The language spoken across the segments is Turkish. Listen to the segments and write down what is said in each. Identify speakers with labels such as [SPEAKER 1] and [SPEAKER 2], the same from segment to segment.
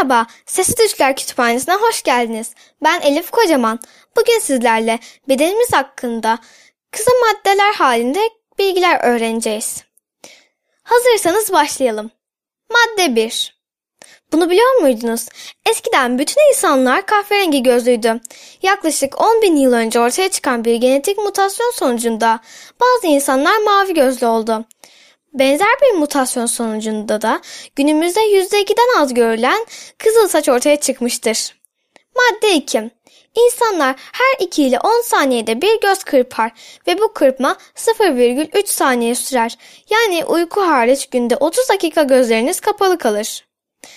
[SPEAKER 1] Merhaba, Sesli Düşler Kütüphanesi'ne hoş geldiniz. Ben Elif Kocaman. Bugün sizlerle bedenimiz hakkında kısa maddeler halinde bilgiler öğreneceğiz. Hazırsanız başlayalım. Madde 1. Bunu biliyor muydunuz? Eskiden bütün insanlar kahverengi gözlüydü. Yaklaşık 10.000 yıl önce ortaya çıkan bir genetik mutasyon sonucunda bazı insanlar mavi gözlü oldu. Benzer bir mutasyon sonucunda da günümüzde %2'den az görülen kızıl saç ortaya çıkmıştır. Madde 2. İnsanlar her 2 ile 10 saniyede bir göz kırpar ve bu kırpma 0,3 saniye sürer. Yani uyku hariç günde 30 dakika gözleriniz kapalı kalır.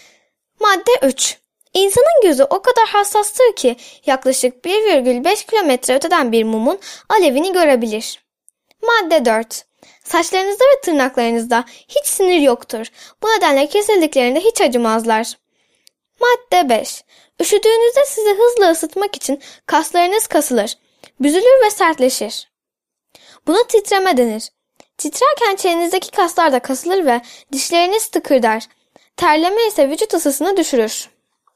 [SPEAKER 1] Madde 3. İnsanın gözü o kadar hassastır ki yaklaşık 1,5 kilometre öteden bir mumun alevini görebilir. Madde 4. Saçlarınızda ve tırnaklarınızda hiç sinir yoktur. Bu nedenle kesildiklerinde hiç acımazlar. Madde 5. Üşüdüğünüzde sizi hızla ısıtmak için kaslarınız kasılır, büzülür ve sertleşir. Buna titreme denir. Titrerken çenenizdeki kaslar da kasılır ve dişleriniz tıkırdar. Terleme ise vücut ısısını düşürür.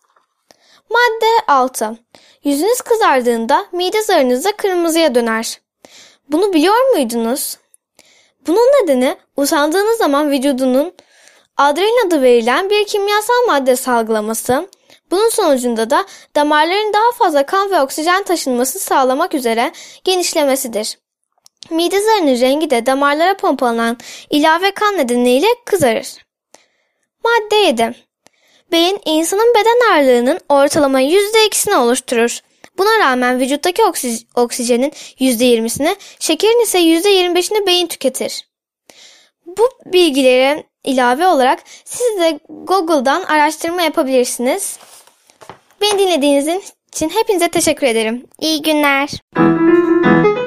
[SPEAKER 1] Madde 6. Yüzünüz kızardığında mide zarınız da kırmızıya döner. Bunu biliyor muydunuz? Bunun nedeni usandığınız zaman vücudunun adrenalin adı verilen bir kimyasal madde salgılaması, bunun sonucunda da damarların daha fazla kan ve oksijen taşınması sağlamak üzere genişlemesidir. Mide zarının rengi de damarlara pompalanan ilave kan nedeniyle kızarır. Madde 7. Beyin insanın beden ağırlığının ortalama %2'sini oluşturur. Buna rağmen vücuttaki oksijenin %20'sini, şekerin ise %25'ini beyin tüketir. Bu bilgilere ilave olarak siz de Google'dan araştırma yapabilirsiniz. Beni dinlediğiniz için hepinize teşekkür ederim. İyi günler.